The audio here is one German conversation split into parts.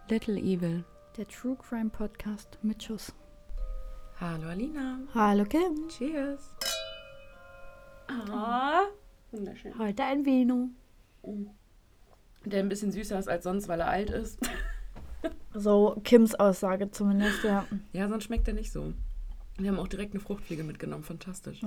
Little Evil. Der True Crime Podcast mit Schuss. Hallo Alina. Hallo Kim. Cheers. Wunderschön. Heute ein Vino. Der ein bisschen süßer ist als sonst, weil er alt ist. So Kims Aussage zumindest, ja. Ja, sonst schmeckt er nicht so. Wir haben auch direkt eine Fruchtfliege mitgenommen. Fantastisch.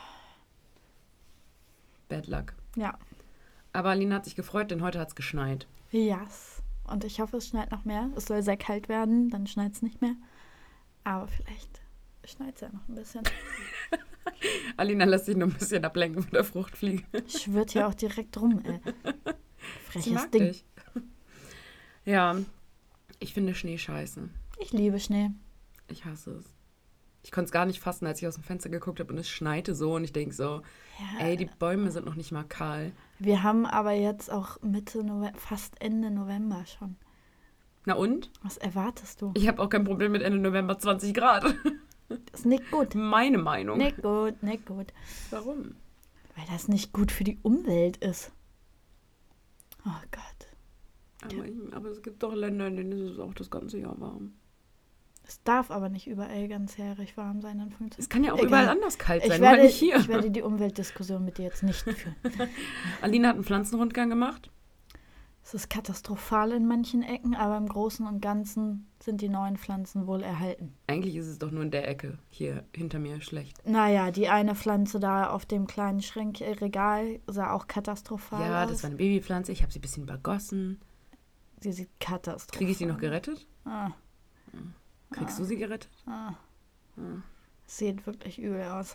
Bad luck. Ja. Aber Alina hat sich gefreut, denn heute hat es geschneit. Yes. Und ich hoffe, es schneit noch mehr. Es soll sehr kalt werden, dann schneit es nicht mehr. Aber vielleicht schneit es ja noch ein bisschen. Alina lässt sich nur ein bisschen ablenken von der Fruchtfliege. Schwirrt hier auch direkt rum, ey. Sie mag Freches Ding. dich. Ja, ich finde Schnee scheiße. Ich liebe Schnee. Ich hasse es. Ich konnte es gar nicht fassen, als ich aus dem Fenster geguckt habe und es schneite so und ich denke so, Ja. ey, die Bäume sind noch nicht mal kahl. Wir haben aber jetzt auch Mitte November, fast Ende November schon. Na und? Was erwartest du? Ich habe auch kein Problem mit Ende November 20 Grad. Das ist nicht gut. Meine Meinung. Nicht gut, nicht gut. Warum? Weil das nicht gut für die Umwelt ist. Oh Gott. Aber es gibt doch Länder, in denen ist es auch das ganze Jahr warm. Es darf aber nicht überall ganzjährig warm sein, dann funktioniert Es kann ja auch Egal. überall anders kalt sein, Ich nur werde, nicht hier. ich werde die Umweltdiskussion mit dir jetzt nicht führen. Alina hat einen Pflanzenrundgang gemacht. Es ist katastrophal in manchen Ecken, aber im Großen und Ganzen sind die neuen Pflanzen wohl erhalten. Eigentlich ist es doch nur in der Ecke hier hinter mir schlecht. Naja, die eine Pflanze da auf dem kleinen Regal sah auch katastrophal Ja, aus. das war eine Babypflanze. Ich habe sie ein bisschen übergossen. Sie sieht katastrophal aus. Kriege ich sie noch gerettet? Ah, Kriegst du sie gerettet? sieht wirklich übel aus.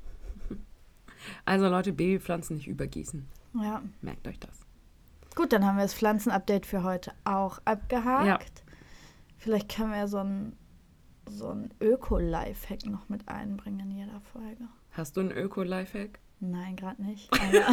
Also Leute, Babypflanzen nicht übergießen. Ja. Merkt euch das. Gut, dann haben wir das Pflanzenupdate für heute auch abgehakt. Ja. Vielleicht können wir so ein Öko-Lifehack noch mit einbringen in jeder Folge. Hast du einen Öko-Lifehack? Nein, gerade nicht.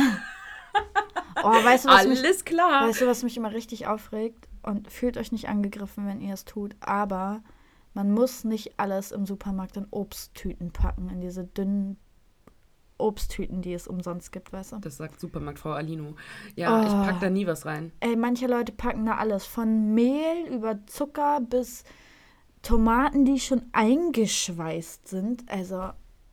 Aber weißt du, Alles klar. Weißt du, was mich immer richtig aufregt? Und fühlt euch nicht angegriffen, wenn ihr es tut. Aber man muss nicht alles im Supermarkt in Obsttüten packen, in diese dünnen Obsttüten, die es umsonst gibt, weißt du? Das sagt Supermarktfrau Alino. Ja, ich pack da nie was rein. Ey, manche Leute packen da alles. Von Mehl über Zucker bis Tomaten, die schon eingeschweißt sind. Also,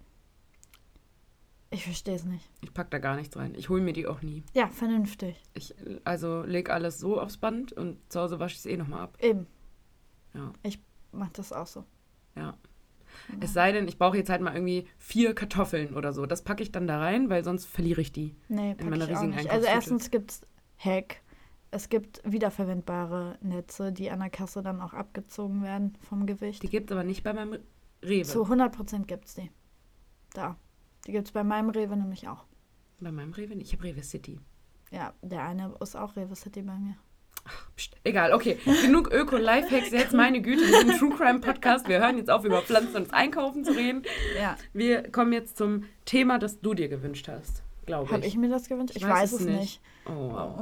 ich verstehe es nicht. Ich pack da gar nichts rein. Ich hole mir die auch nie. Ja, vernünftig. Ich leg alles so aufs Band und zu Hause wasche ich es eh nochmal ab. Eben. Ja. Ich mach das auch so. Ja. Es sei denn, ich brauche jetzt halt mal irgendwie 4 Kartoffeln oder so. Das packe ich dann da rein, weil sonst verliere ich die. Nee, in pack meiner ich auch riesigen nicht. Also Einkaufstüte. erstens gibt's Hack. Es gibt wiederverwendbare Netze, die an der Kasse dann auch abgezogen werden vom Gewicht. Die gibt es aber nicht bei meinem Rewe. Zu 100% gibt's die. Da. Die gibt's bei meinem Rewe nämlich auch. Bei meinem Rewe nicht. Ich habe Rewe City. Ja, der eine ist auch Rewe City bei mir. Psst, egal, okay. Genug Öko-Lifehacks. Jetzt meine Güte, wir sind ein True Crime Podcast. Wir hören jetzt auf, über Pflanzen und das Einkaufen zu reden. Ja. Wir kommen jetzt zum Thema, das du dir gewünscht hast, glaube ich. Habe ich mir das gewünscht? Ich weiß es nicht. Oh.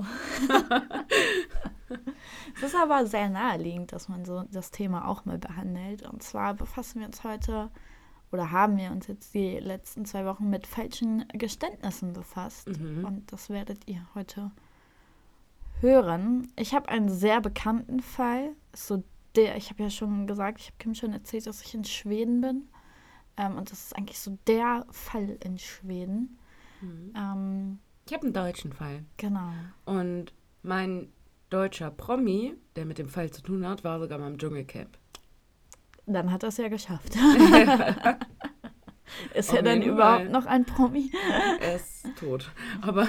Es ist aber sehr naheliegend, dass man so das Thema auch mal behandelt. Und zwar befassen wir uns heute, oder haben wir uns jetzt die letzten 2 Wochen mit falschen Geständnissen befasst. Und das werdet ihr heute hören. Ich habe einen sehr bekannten Fall. Ich habe ja schon gesagt, ich habe Kim schon erzählt, dass ich in Schweden bin. Und das ist eigentlich so der Fall in Schweden. Ich habe einen deutschen Fall. Genau. Und mein deutscher Promi, der mit dem Fall zu tun hat, war sogar mal im Dschungelcamp. Dann hat er es ja geschafft. Ist Auf er denn jeden überhaupt Fall. noch ein Promi? Er ist tot. Aber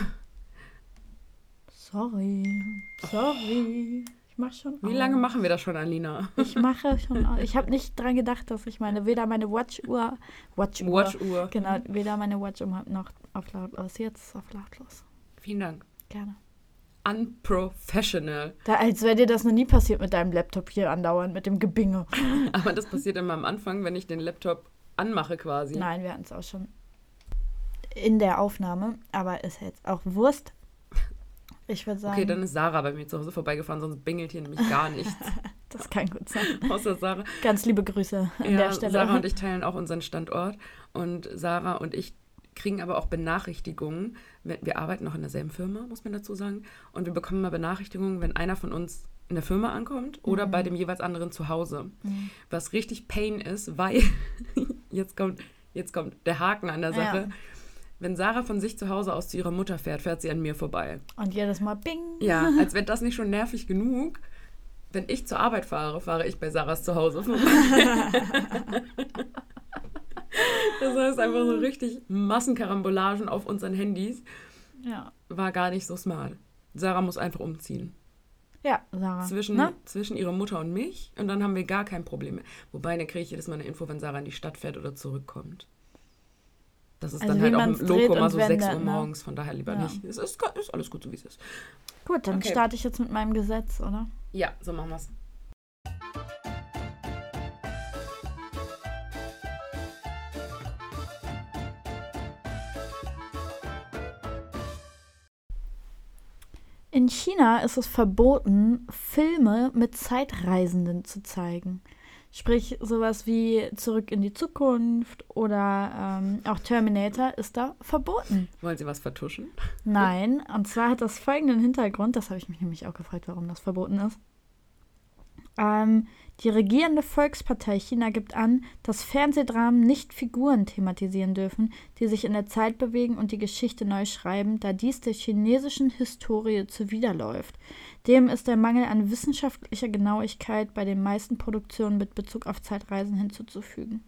Sorry. Ich mach schon wie lange machen wir das schon, Alina? Ich mache schon aus. Ich habe nicht dran gedacht, dass ich weder meine Watchuhr. Genau, weder meine Watchuhr noch auf lautlos. Jetzt ist auf lautlos. Vielen Dank. Gerne. Unprofessional. Als wäre dir das noch nie passiert mit deinem Laptop hier andauernd, mit dem Gebinge. Aber das passiert immer am Anfang, wenn ich den Laptop anmache quasi. Nein, wir hatten es auch schon in der Aufnahme, aber ist jetzt auch Wurst. Ich würde sagen... Okay, dann ist Sarah bei mir zu Hause vorbeigefahren, sonst bingelt hier nämlich gar nichts. Das kann gut sein. Außer Sarah. Ganz liebe Grüße an der Stelle. Sarah und ich teilen auch unseren Standort. Und Sarah und ich kriegen aber auch Benachrichtigungen. Wir arbeiten noch in derselben Firma, muss man dazu sagen. Und wir bekommen mal Benachrichtigungen, wenn einer von uns in der Firma ankommt oder bei dem jeweils anderen zu Hause. Was richtig Pain ist, weil jetzt kommt der Haken an der Sache. Ja. Wenn Sarah von sich zu Hause aus zu ihrer Mutter fährt sie an mir vorbei. Und jedes Mal bing. Ja, als wäre das nicht schon nervig genug. Wenn ich zur Arbeit fahre ich bei Sarahs zu Hause vorbei. Das heißt einfach so richtig Massenkarambolagen auf unseren Handys. Ja. War gar nicht so smart. Sarah muss einfach umziehen. Ja, Sarah. Zwischen ihrer Mutter und mich. Und dann haben wir gar kein Problem mehr. Wobei, dann kriege ich jedes Mal eine Info, wenn Sarah in die Stadt fährt oder zurückkommt. Das ist also dann halt auch ein Loco mal so 6 Uhr morgens. Von daher lieber nicht. Es ist alles gut, so wie es ist. Gut, dann starte ich jetzt mit meinem Gesetz, oder? Ja, so machen wir es. In China ist es verboten, Filme mit Zeitreisenden zu zeigen. Sprich, sowas wie Zurück in die Zukunft oder auch Terminator ist da verboten. Wollen Sie was vertuschen? Nein, und zwar hat das folgenden Hintergrund, das habe ich mich nämlich auch gefragt, warum das verboten ist. Die regierende Volkspartei China gibt an, dass Fernsehdramen nicht Figuren thematisieren dürfen, die sich in der Zeit bewegen und die Geschichte neu schreiben, da dies der chinesischen Historie zuwiderläuft. Dem ist der Mangel an wissenschaftlicher Genauigkeit bei den meisten Produktionen mit Bezug auf Zeitreisen hinzuzufügen.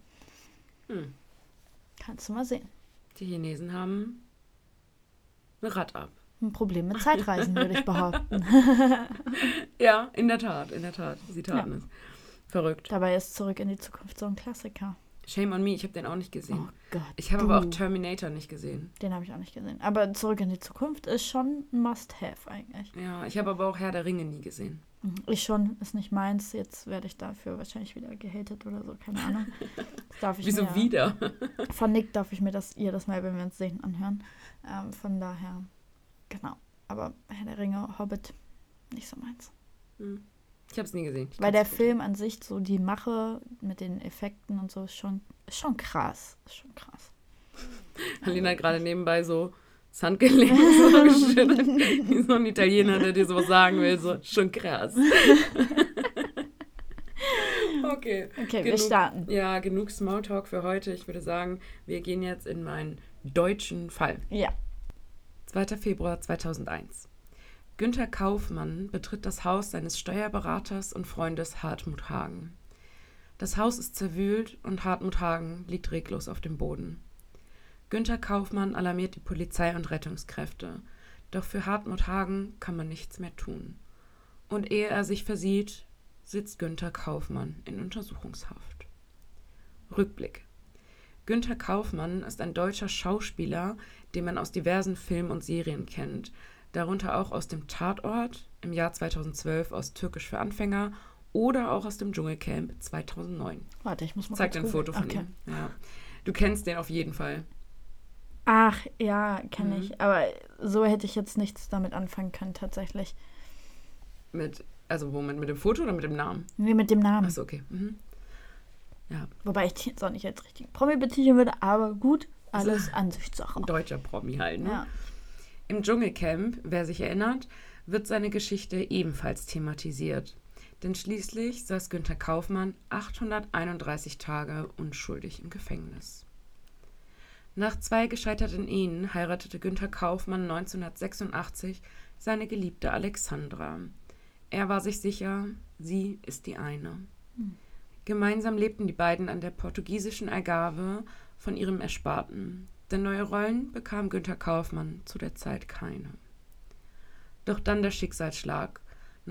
Kannst du mal sehen. Die Chinesen haben ein Rad ab. Ein Problem mit Zeitreisen, würde ich behaupten. Ja, in der Tat. Sie taten es. Verrückt. Dabei ist Zurück in die Zukunft so ein Klassiker. Shame on me, ich habe den auch nicht gesehen. Oh Gott. Ich habe aber auch Terminator nicht gesehen. Den habe ich auch nicht gesehen. Aber Zurück in die Zukunft ist schon ein Must-Have eigentlich. Ja, ich habe aber auch Herr der Ringe nie gesehen. Ich schon, ist nicht meins. Jetzt werde ich dafür wahrscheinlich wieder gehatet oder so, keine Ahnung. Wieso wieder? Von Nick darf ich mir das jedes Mal, wenn wir uns sehen, anhören. Von daher, genau. Aber Herr der Ringe, Hobbit, nicht so meins. Ich habe es nie gesehen. Weil der Film an sich, so die Mache mit den Effekten und so, ist schon krass. Alina hat gerade nebenbei so das Handgelenk so geschüttelt. Wie so ein Italiener, der dir sowas sagen will. So, schon krass. Okay, wir starten. Ja, genug Smalltalk für heute. Ich würde sagen, wir gehen jetzt in meinen deutschen Fall. Ja. 2. Februar 2001. Günther Kaufmann betritt das Haus seines Steuerberaters und Freundes Hartmut Hagen. Das Haus ist zerwühlt und Hartmut Hagen liegt reglos auf dem Boden. Günther Kaufmann alarmiert die Polizei und Rettungskräfte, doch für Hartmut Hagen kann man nichts mehr tun. Und ehe er sich versieht, sitzt Günther Kaufmann in Untersuchungshaft. Rückblick. Günther Kaufmann ist ein deutscher Schauspieler, den man aus diversen Filmen und Serien kennt, darunter auch aus dem Tatort im Jahr 2012 aus Türkisch für Anfänger oder auch aus dem Dschungelcamp 2009. Warte, ich muss mal Zeig dir ein Foto von ihm. Ja. Du kennst den auf jeden Fall. Ach, ja, kenne ich. Aber so hätte ich jetzt nichts damit anfangen können, tatsächlich. Mit dem Foto oder mit dem Namen? Nee, mit dem Namen. Achso, okay. Ja. Wobei ich den jetzt auch nicht als richtigen Promi betiteln würde, aber gut, alles Ansichtssache. Ein deutscher Promi halt, ne? Ja. Im Dschungelcamp, wer sich erinnert, wird seine Geschichte ebenfalls thematisiert. Denn schließlich saß Günther Kaufmann 831 Tage unschuldig im Gefängnis. Nach 2 gescheiterten Ehen heiratete Günther Kaufmann 1986 seine Geliebte Alexandra. Er war sich sicher, sie ist die eine. Gemeinsam lebten die beiden an der portugiesischen Algarve von ihrem Ersparten, denn neue Rollen bekam Günther Kaufmann zu der Zeit keine. Doch dann der Schicksalsschlag.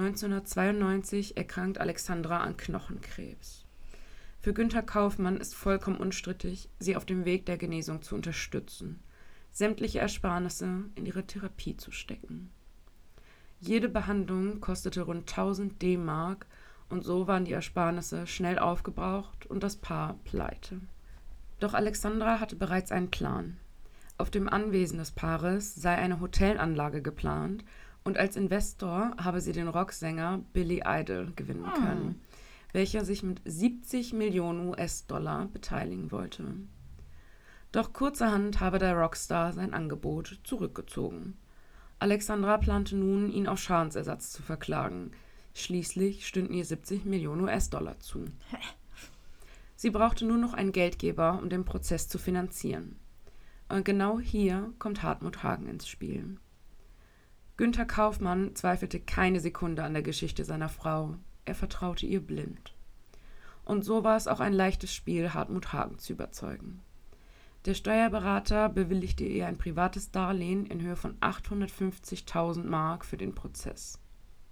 1992 erkrankt Alexandra an Knochenkrebs. Für Günther Kaufmann ist vollkommen unstrittig, sie auf dem Weg der Genesung zu unterstützen, sämtliche Ersparnisse in ihre Therapie zu stecken. Jede Behandlung kostete rund 1000 D-Mark und so waren die Ersparnisse schnell aufgebraucht und das Paar pleite. Doch Alexandra hatte bereits einen Plan. Auf dem Anwesen des Paares sei eine Hotelanlage geplant und als Investor habe sie den Rocksänger Billy Idol gewinnen können, welcher sich mit 70 Millionen US-Dollar beteiligen wollte. Doch kurzerhand habe der Rockstar sein Angebot zurückgezogen. Alexandra plante nun, ihn auf Schadensersatz zu verklagen. Schließlich stünden ihr 70 Millionen US-Dollar zu. Sie brauchte nur noch einen Geldgeber, um den Prozess zu finanzieren. Und genau hier kommt Hartmut Hagen ins Spiel. Günther Kaufmann zweifelte keine Sekunde an der Geschichte seiner Frau. Er vertraute ihr blind. Und so war es auch ein leichtes Spiel, Hartmut Hagen zu überzeugen. Der Steuerberater bewilligte ihr ein privates Darlehen in Höhe von 850.000 Mark für den Prozess.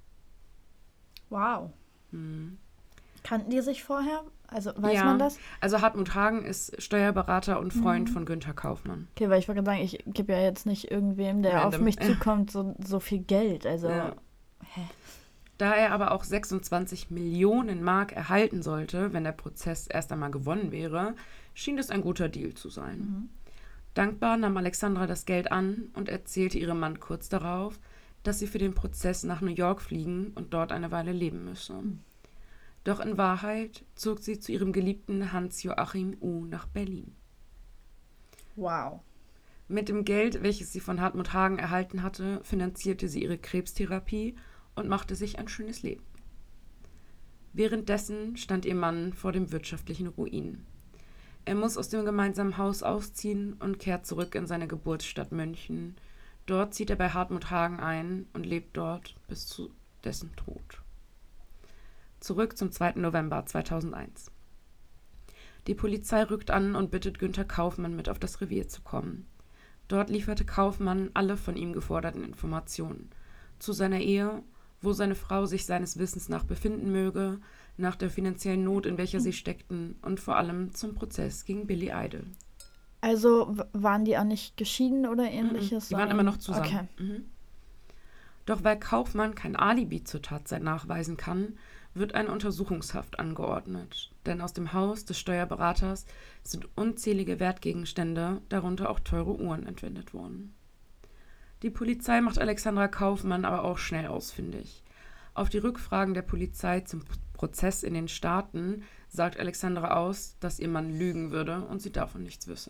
Wow. Kannten die sich vorher? Also weiß man das? Also Hartmut Hagen ist Steuerberater und Freund von Günther Kaufmann. Okay, weil ich wollte sagen, ich gebe ja jetzt nicht irgendwem, der auf mich zukommt, so viel Geld. Also, Da er aber auch 26 Millionen Mark erhalten sollte, wenn der Prozess erst einmal gewonnen wäre, schien es ein guter Deal zu sein. Dankbar nahm Alexandra das Geld an und erzählte ihrem Mann kurz darauf, dass sie für den Prozess nach New York fliegen und dort eine Weile leben müsse. Doch in Wahrheit zog sie zu ihrem geliebten Hans-Joachim U. nach Berlin. Wow. Mit dem Geld, welches sie von Hartmut Hagen erhalten hatte, finanzierte sie ihre Krebstherapie und machte sich ein schönes Leben. Währenddessen stand ihr Mann vor dem wirtschaftlichen Ruin. Er muss aus dem gemeinsamen Haus ausziehen und kehrt zurück in seine Geburtsstadt München. Dort zieht er bei Hartmut Hagen ein und lebt dort bis zu dessen Tod. Zurück zum 2. November 2001. Die Polizei rückt an und bittet Günther Kaufmann mit auf das Revier zu kommen. Dort lieferte Kaufmann alle von ihm geforderten Informationen. Zu seiner Ehe, wo seine Frau sich seines Wissens nach befinden möge, nach der finanziellen Not, in welcher sie steckten und vor allem zum Prozess gegen Billy Idol. Also waren die auch nicht geschieden oder ähnliches? Die waren immer noch zusammen. Okay. Doch weil Kaufmann kein Alibi zur Tatzeit nachweisen kann, wird eine Untersuchungshaft angeordnet. Denn aus dem Haus des Steuerberaters sind unzählige Wertgegenstände, darunter auch teure Uhren, entwendet worden. Die Polizei macht Alexandra Kaufmann aber auch schnell ausfindig. Auf die Rückfragen der Polizei zum Prozess in den Staaten sagt Alexandra aus, dass ihr Mann lügen würde und sie davon nichts wisse.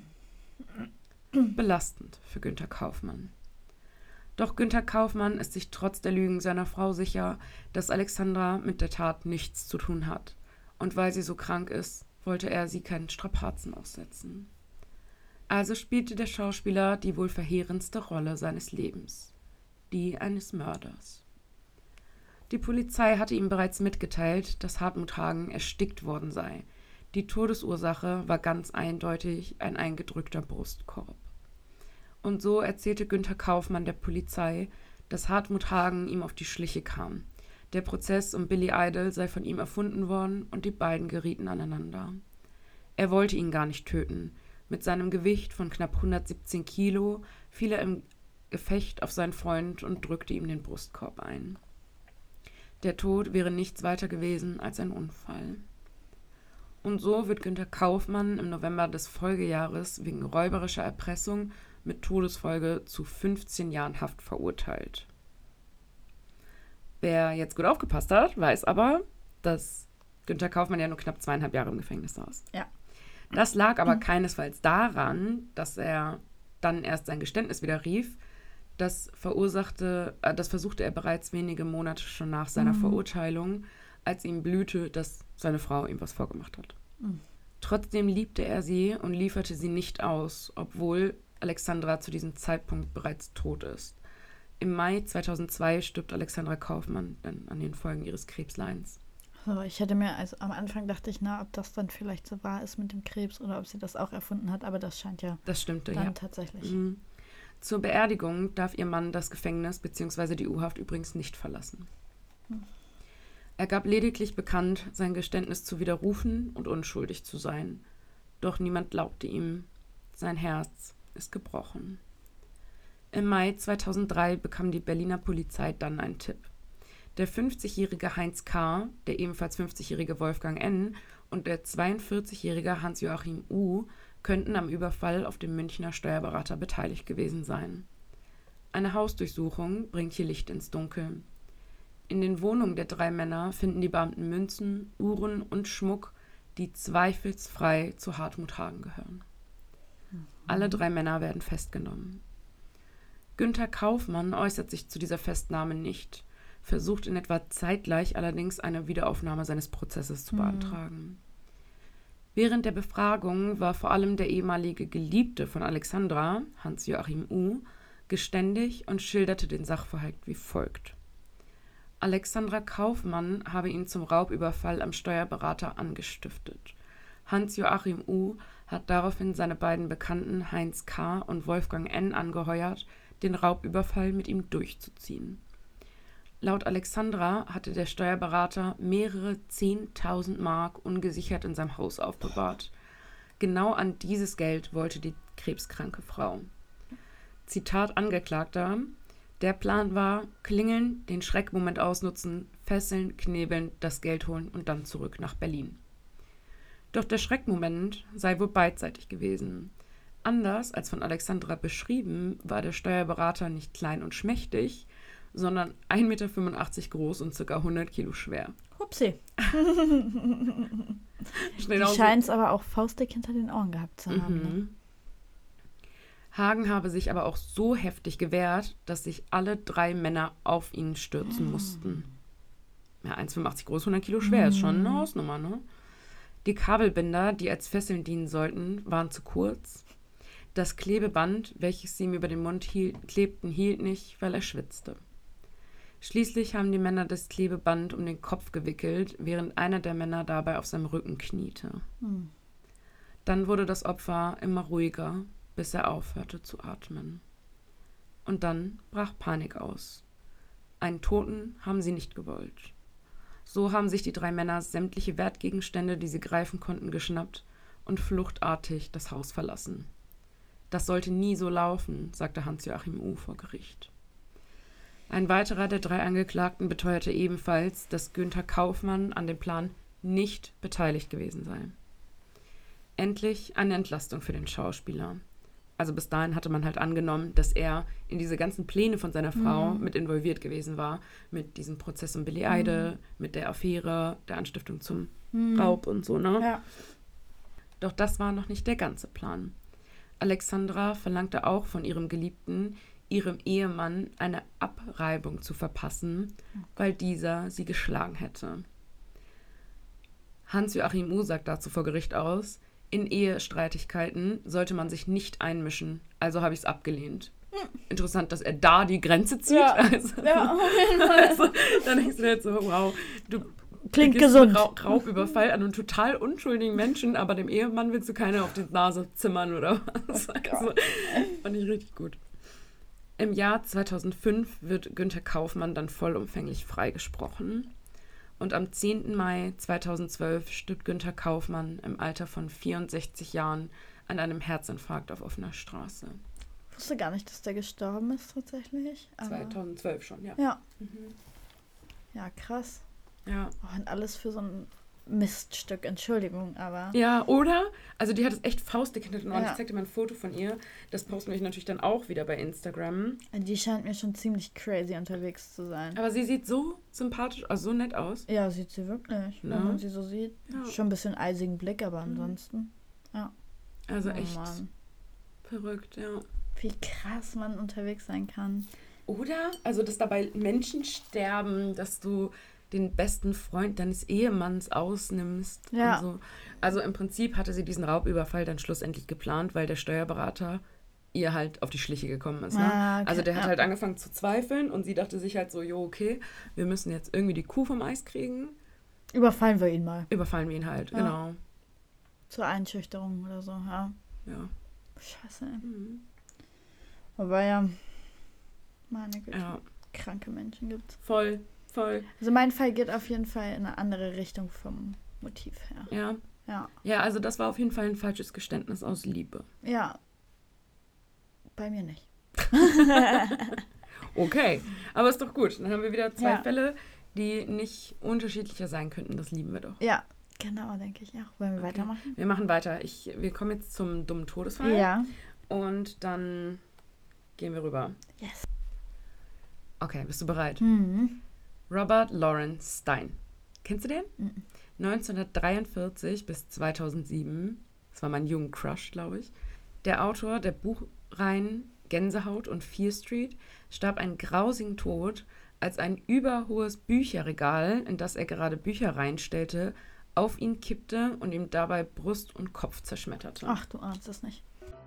Belastend für Günther Kaufmann. Doch Günther Kaufmann ist sich trotz der Lügen seiner Frau sicher, dass Alexandra mit der Tat nichts zu tun hat. Und weil sie so krank ist, wollte er sie keinen Strapazen aussetzen. Also spielte der Schauspieler die wohl verheerendste Rolle seines Lebens, die eines Mörders. Die Polizei hatte ihm bereits mitgeteilt, dass Hartmut Hagen erstickt worden sei. Die Todesursache war ganz eindeutig ein eingedrückter Brustkorb. Und so erzählte Günther Kaufmann der Polizei, dass Hartmut Hagen ihm auf die Schliche kam. Der Prozess um Billy Idol sei von ihm erfunden worden und die beiden gerieten aneinander. Er wollte ihn gar nicht töten. Mit seinem Gewicht von knapp 117 Kilo fiel er im Gefecht auf seinen Freund und drückte ihm den Brustkorb ein. Der Tod wäre nichts weiter gewesen als ein Unfall. Und so wird Günther Kaufmann im November des Folgejahres wegen räuberischer Erpressung mit Todesfolge zu 15 Jahren Haft verurteilt. Wer jetzt gut aufgepasst hat, weiß aber, dass Günther Kaufmann ja nur knapp 2,5 Jahre im Gefängnis saß. Ja. Das lag aber keinesfalls daran, dass er dann erst sein Geständnis widerrief. Das versuchte er bereits wenige Monate schon nach seiner Verurteilung, als ihm blühte, dass seine Frau ihm was vorgemacht hat. Trotzdem liebte er sie und lieferte sie nicht aus, obwohl Alexandra zu diesem Zeitpunkt bereits tot ist. Im Mai 2002 stirbt Alexandra Kaufmann dann an den Folgen ihres Krebsleidens. So, ich hätte mir, also am Anfang dachte ich, ob das dann vielleicht so wahr ist mit dem Krebs oder ob sie das auch erfunden hat, aber das scheint ja das stimmte, dann ja. Tatsächlich. Zur Beerdigung darf ihr Mann das Gefängnis bzw. die U-Haft übrigens nicht verlassen. Er gab lediglich bekannt, sein Geständnis zu widerrufen und unschuldig zu sein. Doch niemand glaubte ihm. Sein Herz ist gebrochen. Im Mai 2003 bekam die Berliner Polizei dann einen Tipp. Der 50-jährige Heinz K., der ebenfalls 50-jährige Wolfgang N. und der 42-jährige Hans-Joachim U. könnten am Überfall auf den Münchner Steuerberater beteiligt gewesen sein. Eine Hausdurchsuchung bringt hier Licht ins Dunkel. In den Wohnungen der 3 Männer finden die Beamten Münzen, Uhren und Schmuck, die zweifelsfrei zu Hartmut Hagen gehören. Alle 3 Männer werden festgenommen. Günther Kaufmann äußert sich zu dieser Festnahme nicht, versucht in etwa zeitgleich allerdings eine Wiederaufnahme seines Prozesses zu beantragen. Während der Befragung war vor allem der ehemalige Geliebte von Alexandra, Hans-Joachim U., geständig und schilderte den Sachverhalt wie folgt. Alexandra Kaufmann habe ihn zum Raubüberfall am Steuerberater angestiftet. Hans-Joachim U. hat daraufhin seine beiden Bekannten Heinz K. und Wolfgang N. angeheuert, den Raubüberfall mit ihm durchzuziehen. Laut Alexandra hatte der Steuerberater mehrere 10.000 Mark ungesichert in seinem Haus aufbewahrt. Genau an dieses Geld wollte die krebskranke Frau. Zitat Angeklagter: Der Plan war, klingeln, den Schreckmoment ausnutzen, fesseln, knebeln, das Geld holen und dann zurück nach Berlin. Doch der Schreckmoment sei wohl beidseitig gewesen. Anders als von Alexandra beschrieben, war der Steuerberater nicht klein und schmächtig, sondern 1,85 Meter groß und ca. 100 Kilo schwer. Hupsi. Die scheint es aber auch faustdick hinter den Ohren gehabt zu haben. Ne? Hagen habe sich aber auch so heftig gewehrt, dass sich alle 3 Männer auf ihn stürzen mussten. Ja, 1,85 groß, 100 Kilo schwer, ist schon eine Hausnummer, ne? Die Kabelbinder, die als Fesseln dienen sollten, waren zu kurz. Das Klebeband, welches sie ihm über den Mund klebten, hielt nicht, weil er schwitzte. Schließlich haben die Männer das Klebeband um den Kopf gewickelt, während einer der Männer dabei auf seinem Rücken kniete. Dann wurde das Opfer immer ruhiger, bis er aufhörte zu atmen. Und dann brach Panik aus. Einen Toten haben sie nicht gewollt. So haben sich die 3 Männer sämtliche Wertgegenstände, die sie greifen konnten, geschnappt und fluchtartig das Haus verlassen. Das sollte nie so laufen, sagte Hans-Joachim U. vor Gericht. Ein weiterer der 3 Angeklagten beteuerte ebenfalls, dass Günther Kaufmann an dem Plan nicht beteiligt gewesen sei. Endlich eine Entlastung für den Schauspieler. Also bis dahin hatte man halt angenommen, dass er in diese ganzen Pläne von seiner Frau mit involviert gewesen war. Mit diesem Prozess um Billy Eide, mit der Affäre, der Anstiftung zum Raub und so, ne? Ja. Doch das war noch nicht der ganze Plan. Alexandra verlangte auch von ihrem Geliebten, ihrem Ehemann eine Abreibung zu verpassen, weil dieser sie geschlagen hätte. Hans-Joachim U. sagt dazu vor Gericht aus: In Ehestreitigkeiten sollte man sich nicht einmischen, also habe ich es abgelehnt. Interessant, dass er da die Grenze zieht. Ja, Also, dann denkst du jetzt so, wow, du klingt gehst gesund. Raubüberfall an einem total unschuldigen Menschen, aber dem Ehemann willst du keine auf die Nase zimmern oder was. Also, fand ich richtig gut. Im Jahr 2005 wird Günther Kaufmann dann vollumfänglich freigesprochen. Und am 10. Mai 2012 stirbt Günther Kaufmann im Alter von 64 Jahren an einem Herzinfarkt auf offener Straße. Ich wusste gar nicht, dass der gestorben ist tatsächlich. Aber 2012 schon, ja. Ja. Ja, krass. Ja. Oh, und alles für so ein Miststück, Entschuldigung, aber... Ja, oder? Also die hat es echt faustdick hinter den Ohren. Ja. Ich zeig dir mal ein Foto von ihr. Das posten wir natürlich dann auch wieder bei Instagram. Die scheint mir schon ziemlich crazy unterwegs zu sein. Aber sie sieht so sympathisch, also so nett aus. Ja, sieht sie wirklich, Ne? wenn man sie so sieht. Ja. Schon ein bisschen eisigen Blick, aber ansonsten, ja. Also Oh echt Mann. verrückt, ja. Wie krass man unterwegs sein kann. Oder? Also, dass dabei Menschen sterben, dass du den besten Freund deines Ehemanns ausnimmst. Ja. Und so. Also im Prinzip hatte sie diesen Raubüberfall dann schlussendlich geplant, weil der Steuerberater ihr halt auf die Schliche gekommen ist. Ne? Ah, okay. Also der hat halt angefangen zu zweifeln und sie dachte sich halt so, jo, okay, wir müssen jetzt irgendwie die Kuh vom Eis kriegen. Überfallen wir ihn mal. Überfallen wir ihn halt, Ja. genau. Zur Einschüchterung oder so, ja. Ja. Scheiße. Ey. Mhm. Wobei ja, meine Güte, Ja, kranke Menschen gibt. voll. Also mein Fall geht auf jeden Fall in eine andere Richtung vom Motiv her. Ja. Ja. Ja, also das war auf jeden Fall ein falsches Geständnis aus Liebe. Ja. Bei mir nicht. Okay, aber ist doch gut. Dann haben wir wieder 2 Ja. Fälle, die nicht unterschiedlicher sein könnten. Das lieben wir doch. Ja, genau, denke ich auch. Wollen wir weitermachen? Wir machen weiter. Wir kommen jetzt zum dummen Todesfall. Ja. Und dann gehen wir rüber. Yes. Okay, bist du bereit? Mhm. Robert Lawrence Stein. Kennst du den? 1943 bis 2007. Das war mein Jungen-Crush, glaube ich. Der Autor der Buchreihen Gänsehaut und Fear Street starb einen grausigen Tod, als ein überhohes Bücherregal, in das er gerade Bücher reinstellte, auf ihn kippte und ihm dabei Brust und Kopf zerschmetterte. Ach, du ahnst es nicht.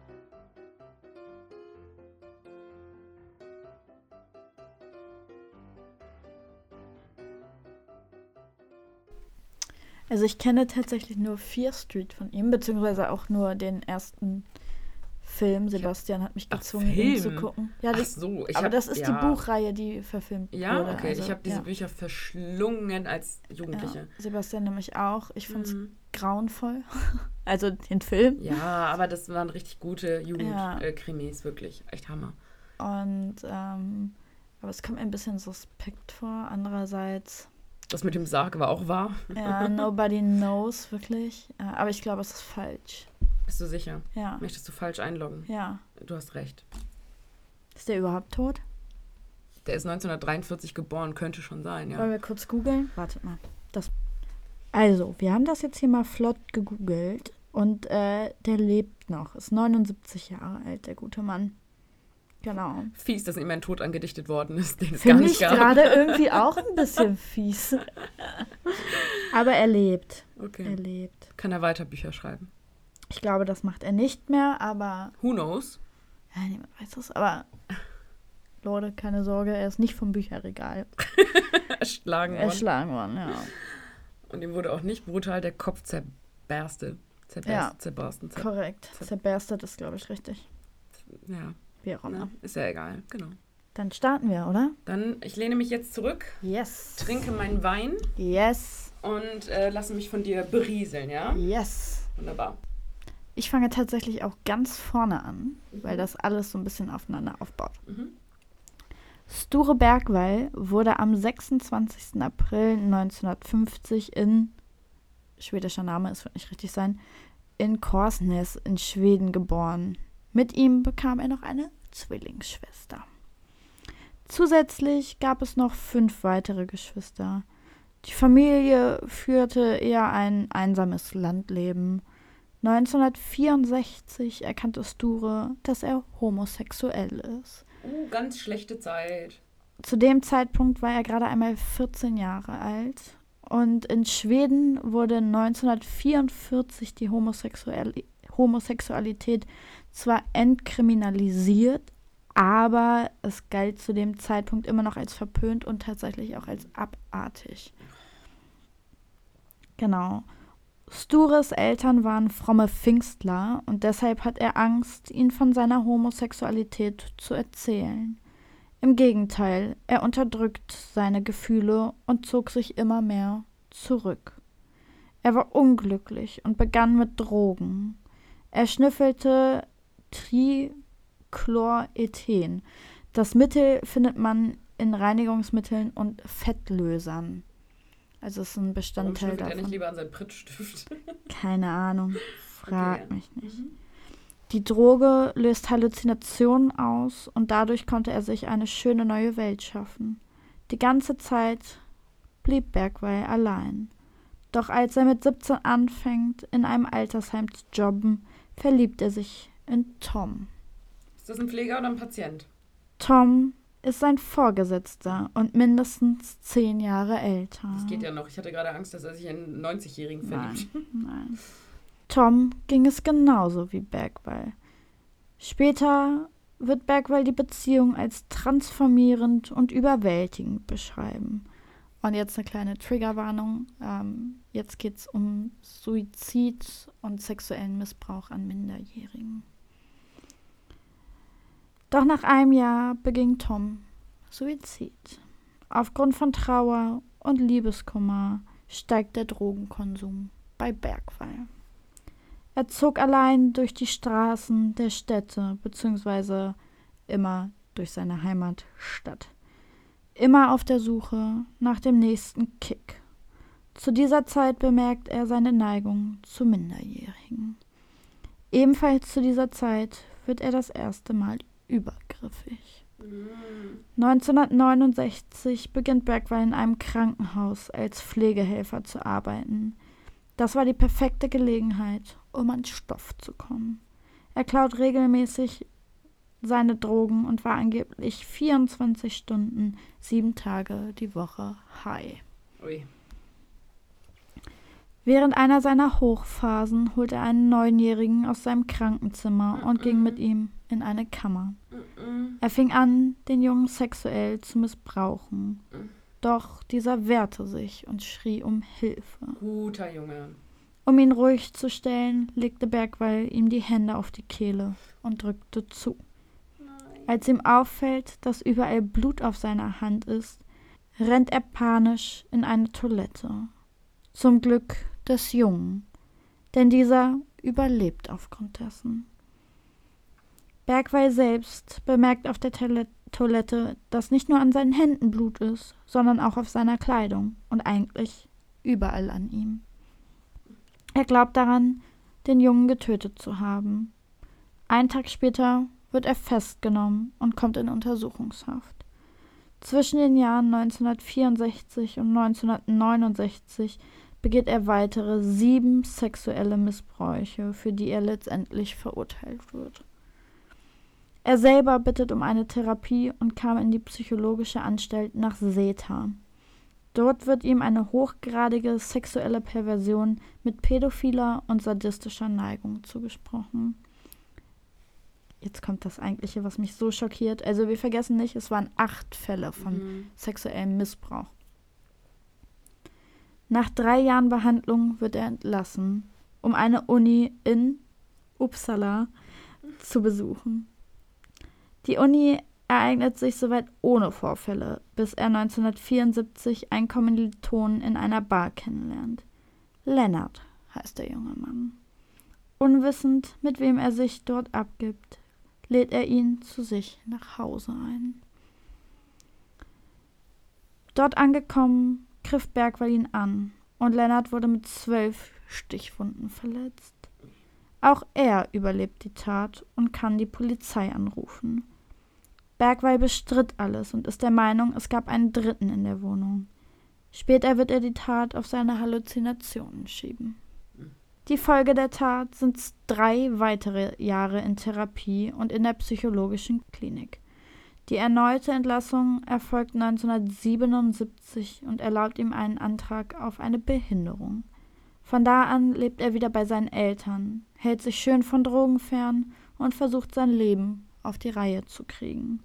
Also ich kenne tatsächlich nur Fear Street von ihm, beziehungsweise auch nur den ersten Film. Sebastian hat mich gezwungen, ihn zu gucken. Ja, Ach so, aber das ist die Buchreihe, die verfilmt wurde. Ja, okay. Also, ich habe diese Bücher verschlungen als Jugendliche. Ja, Sebastian nämlich auch. Ich fand es grauenvoll. Also den Film. Ja, aber das waren richtig gute Jugendkrimis, wirklich. Echt Hammer. Und, aber es kommt mir ein bisschen suspekt vor. Andererseits... Das mit dem Sarg war auch wahr. Ja, nobody knows, wirklich. Aber ich glaube, es ist falsch. Bist du sicher? Ja. Möchtest du falsch einloggen? Ja. Du hast recht. Ist der überhaupt tot? Der ist 1943 geboren, könnte schon sein, ja. Wollen wir kurz googeln? Wartet mal. Also, wir haben das jetzt hier mal flott gegoogelt und der lebt noch. Ist 79 Jahre alt, der gute Mann. Genau. Fies, dass ihm ein Tod angedichtet worden ist, den es Find gar nicht gab. Finde ich gerade irgendwie auch ein bisschen fies. Aber er lebt. Okay. Er lebt. Kann er weiter Bücher schreiben? Ich glaube, das macht er nicht mehr, aber... Who knows? Ja, niemand weiß es, aber... Leute, keine Sorge, er ist nicht vom Bücherregal. Erschlagen worden, ja. Und ihm wurde auch nicht brutal der Kopf zerbersten. Korrekt. Zerberstet ist, glaube ich, richtig. Ja. Wie auch immer. Ist ja egal, genau. Dann starten wir, oder? Dann, ich lehne mich jetzt zurück. Yes. Trinke meinen Wein. Yes. Und lasse mich von dir berieseln, ja? Yes. Wunderbar. Ich fange tatsächlich auch ganz vorne an, weil das alles so ein bisschen aufeinander aufbaut. Sture Bergwall wurde am 26. April 1950 in, schwedischer Name, es wird nicht richtig sein, in Korsnäs in Schweden geboren. Mit ihm bekam er noch eine Zwillingsschwester. Zusätzlich gab es noch 5 weitere Geschwister. Die Familie führte eher ein einsames Landleben. 1964 erkannte Sture, dass er homosexuell ist. Ganz schlechte Zeit. Zu dem Zeitpunkt war er gerade einmal 14 Jahre alt. Und in Schweden wurde 1944 die Homosexualität zwar entkriminalisiert, aber es galt zu dem Zeitpunkt immer noch als verpönt und tatsächlich auch als abartig. Genau. Stures Eltern waren fromme Pfingstler und deshalb hat er Angst, ihnen von seiner Homosexualität zu erzählen. Im Gegenteil, er unterdrückt seine Gefühle und zog sich immer mehr zurück. Er war unglücklich und begann mit Drogen. Er schnüffelte Trichlorethen. Das Mittel findet man in Reinigungsmitteln und Fettlösern. Also es ist ein Bestandteil davon. Er nicht lieber an seinen Prittstift? Keine Ahnung. Frag mich nicht. Die Droge löst Halluzinationen aus und dadurch konnte er sich eine schöne neue Welt schaffen. Die ganze Zeit blieb Bergwall allein. Doch als er mit 17 anfängt, in einem Altersheim zu jobben, verliebt er sich in Tom. Ist das ein Pfleger oder ein Patient? Tom ist sein Vorgesetzter und mindestens 10 Jahre älter. Das geht ja noch. Ich hatte gerade Angst, dass er sich in einen 90-Jährigen verliebt. Nein. Tom ging es genauso wie Bergwall. Später wird Bergwall die Beziehung als transformierend und überwältigend beschreiben. Und jetzt eine kleine Triggerwarnung. Jetzt geht es um Suizid und sexuellen Missbrauch an Minderjährigen. Doch nach einem Jahr beging Tom Suizid. Aufgrund von Trauer und Liebeskummer steigt der Drogenkonsum bei Bergwall. Er zog allein durch die Straßen der Städte, beziehungsweise immer durch seine Heimatstadt. Immer auf der Suche nach dem nächsten Kick. Zu dieser Zeit bemerkt er seine Neigung zu Minderjährigen. Ebenfalls zu dieser Zeit wird er das erste Mal übergriffig. 1969 beginnt Bergwall in einem Krankenhaus als Pflegehelfer zu arbeiten. Das war die perfekte Gelegenheit, um an Stoff zu kommen. Er klaut regelmäßig seine Drogen und war angeblich 24 Stunden, 7 Tage die Woche high. Ui. Während einer seiner Hochphasen holte er einen 9-Jährigen aus seinem Krankenzimmer und ging mit ihm in eine Kammer. Er fing an, den Jungen sexuell zu missbrauchen. Doch dieser wehrte sich und schrie um Hilfe. Guter Junge. Um ihn ruhig zu stellen, legte Bergwall ihm die Hände auf die Kehle und drückte zu. Als ihm auffällt, dass überall Blut auf seiner Hand ist, rennt er panisch in eine Toilette. Zum Glück des Jungen, denn dieser überlebt aufgrund dessen. Bergwall selbst bemerkt auf der Toilette, dass nicht nur an seinen Händen Blut ist, sondern auch auf seiner Kleidung und eigentlich überall an ihm. Er glaubt daran, den Jungen getötet zu haben. Einen Tag später wird er festgenommen und kommt in Untersuchungshaft. Zwischen den Jahren 1964 und 1969 begeht er weitere 7 sexuelle Missbräuche, für die er letztendlich verurteilt wird. Er selber bittet um eine Therapie und kam in die psychologische Anstalt nach Seta. Dort wird ihm eine hochgradige sexuelle Perversion mit pädophiler und sadistischer Neigung zugesprochen. Jetzt kommt das Eigentliche, was mich so schockiert. Also wir vergessen nicht, es waren 8 Fälle von sexuellem Missbrauch. Nach 3 Jahren Behandlung wird er entlassen, um eine Uni in Uppsala zu besuchen. Die Uni ereignet sich soweit ohne Vorfälle, bis er 1974 einen Kommilitonen in einer Bar kennenlernt. Lennart heißt der junge Mann. Unwissend, mit wem er sich dort abgibt, lädt er ihn zu sich nach Hause ein. Dort angekommen, griff Bergwall ihn an und Lennart wurde mit 12 Stichwunden verletzt. Auch er überlebt die Tat und kann die Polizei anrufen. Bergwall bestritt alles und ist der Meinung, es gab einen Dritten in der Wohnung. Später wird er die Tat auf seine Halluzinationen schieben. Die Folge der Tat sind 3 weitere Jahre in Therapie und in der psychologischen Klinik. Die erneute Entlassung erfolgt 1977 und erlaubt ihm einen Antrag auf eine Behinderung. Von da an lebt er wieder bei seinen Eltern, hält sich schön von Drogen fern und versucht sein Leben auf die Reihe zu kriegen.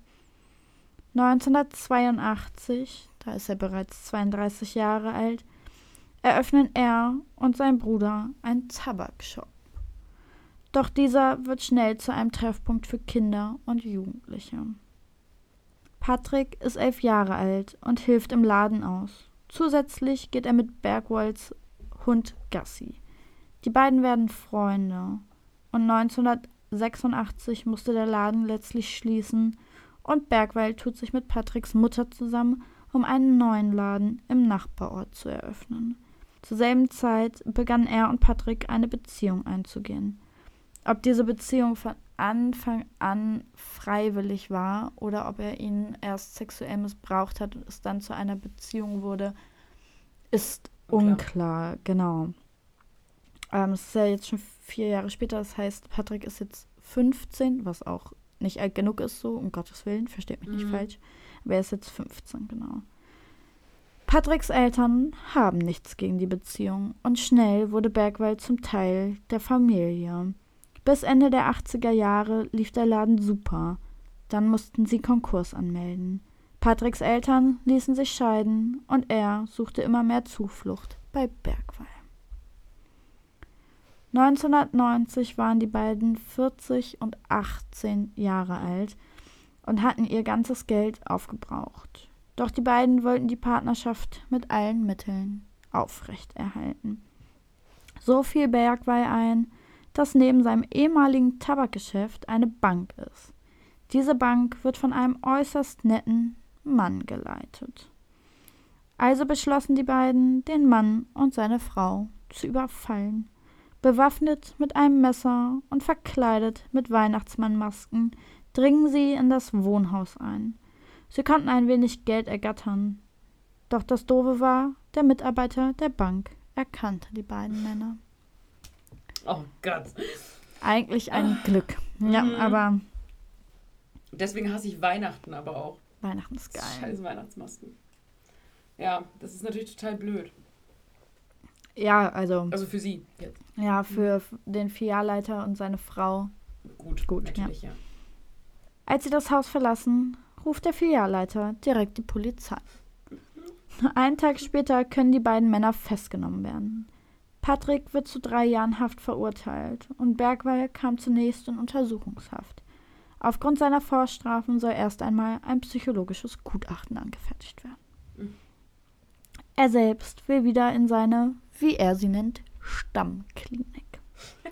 1982, da ist er bereits 32 Jahre alt, eröffnen er und sein Bruder einen Tabakshop. Doch dieser wird schnell zu einem Treffpunkt für Kinder und Jugendliche. Patrick ist 11 Jahre alt und hilft im Laden aus. Zusätzlich geht er mit Bergwalls Hund Gassi. Die beiden werden Freunde und 1986 musste der Laden letztlich schließen und Bergwall tut sich mit Patricks Mutter zusammen, um einen neuen Laden im Nachbarort zu eröffnen. Zur selben Zeit begannen er und Patrick eine Beziehung einzugehen. Ob diese Beziehung von Anfang an freiwillig war oder ob er ihn erst sexuell missbraucht hat und es dann zu einer Beziehung wurde, ist unklar. Genau. Es ist ja jetzt schon 4 Jahre später, das heißt, Patrick ist jetzt 15, was auch nicht alt genug ist, so, um Gottes Willen, versteht mich nicht falsch. Aber er ist jetzt 15, genau. Patricks Eltern haben nichts gegen die Beziehung und schnell wurde Bergwall zum Teil der Familie. Bis Ende der 80er Jahre lief der Laden super. Dann mussten sie Konkurs anmelden. Patricks Eltern ließen sich scheiden und er suchte immer mehr Zuflucht bei Bergwall. 1990 waren die beiden 40 und 18 Jahre alt und hatten ihr ganzes Geld aufgebraucht. Doch die beiden wollten die Partnerschaft mit allen Mitteln aufrechterhalten. So fiel Bergwall ein, dass neben seinem ehemaligen Tabakgeschäft eine Bank ist. Diese Bank wird von einem äußerst netten Mann geleitet. Also beschlossen die beiden, den Mann und seine Frau zu überfallen. Bewaffnet mit einem Messer und verkleidet mit Weihnachtsmannmasken dringen sie in das Wohnhaus ein. Sie konnten ein wenig Geld ergattern. Doch das Doofe war, der Mitarbeiter der Bank erkannte die beiden Männer. Oh Gott. Eigentlich ein Glück. Ja, aber deswegen hasse ich Weihnachten aber auch. Weihnachten ist geil. Scheiß Weihnachtsmasken. Ja, das ist natürlich total blöd. Ja, also für sie jetzt. Ja, für den Filialleiter und seine Frau. Gut, natürlich, ja. Als sie das Haus verlassen, ruft der Filialleiter direkt die Polizei. Einen Tag später können die beiden Männer festgenommen werden. Patrick wird zu 3 Jahren Haft verurteilt und Bergwall kam zunächst in Untersuchungshaft. Aufgrund seiner Vorstrafen soll erst einmal ein psychologisches Gutachten angefertigt werden. Er selbst will wieder in seine, wie er sie nennt, Stammklinik.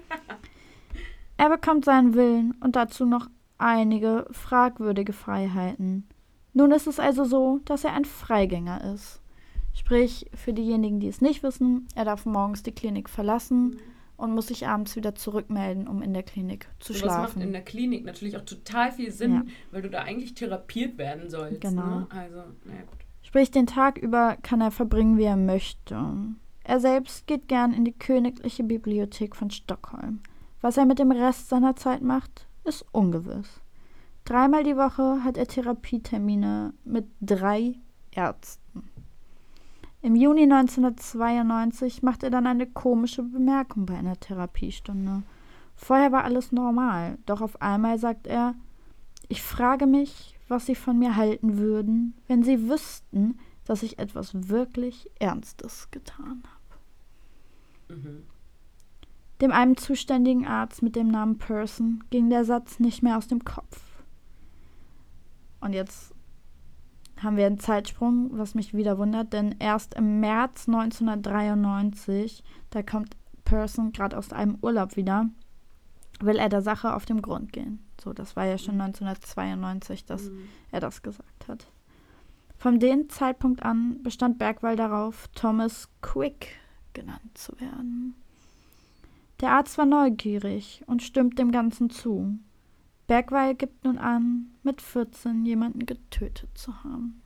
Er bekommt seinen Willen und dazu noch einige fragwürdige Freiheiten. Nun ist es also so, dass er ein Freigänger ist. Sprich, für diejenigen, die es nicht wissen, er darf morgens die Klinik verlassen und muss sich abends wieder zurückmelden, um in der Klinik zu schlafen. Das macht in der Klinik natürlich auch total viel Sinn, weil du da eigentlich therapiert werden sollst. Genau. Ne? Also, naja, gut. Sprich, den Tag über kann er verbringen, wie er möchte. Er selbst geht gern in die Königliche Bibliothek von Stockholm. Was er mit dem Rest seiner Zeit macht, ist ungewiss. 3-mal die Woche hat er Therapietermine mit 3 Ärzten. Im Juni 1992 macht er dann eine komische Bemerkung bei einer Therapiestunde. Vorher war alles normal, doch auf einmal sagt er: Ich frage mich, was Sie von mir halten würden, wenn Sie wüssten, dass ich etwas wirklich Ernstes getan habe. Dem einem zuständigen Arzt mit dem Namen Person ging der Satz nicht mehr aus dem Kopf. Und jetzt haben wir einen Zeitsprung, was mich wieder wundert, denn erst im März 1993, da kommt Person gerade aus einem Urlaub wieder, will er der Sache auf den Grund gehen. So, das war ja schon 1992, dass er das gesagt hat. Von dem Zeitpunkt an bestand Bergwall darauf, Thomas Quick genannt zu werden. Der Arzt war neugierig und stimmt dem Ganzen zu. Bergwall gibt nun an, mit 14 jemanden getötet zu haben.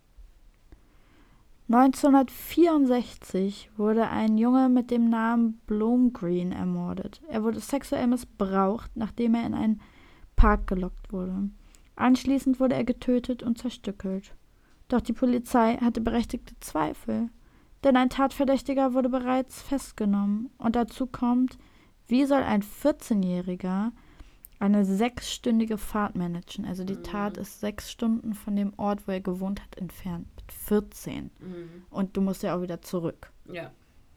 1964 wurde ein Junge mit dem Namen Blomgren ermordet. Er wurde sexuell missbraucht, nachdem er in einen Park gelockt wurde. Anschließend wurde er getötet und zerstückelt. Doch die Polizei hatte berechtigte Zweifel, denn ein Tatverdächtiger wurde bereits festgenommen. Und dazu kommt, wie soll ein 14-Jähriger eine 6-stündige Fahrt managen? Also die Tat ist 6 Stunden von dem Ort, wo er gewohnt hat, entfernt. Mit 14. Und du musst ja auch wieder zurück. Ja.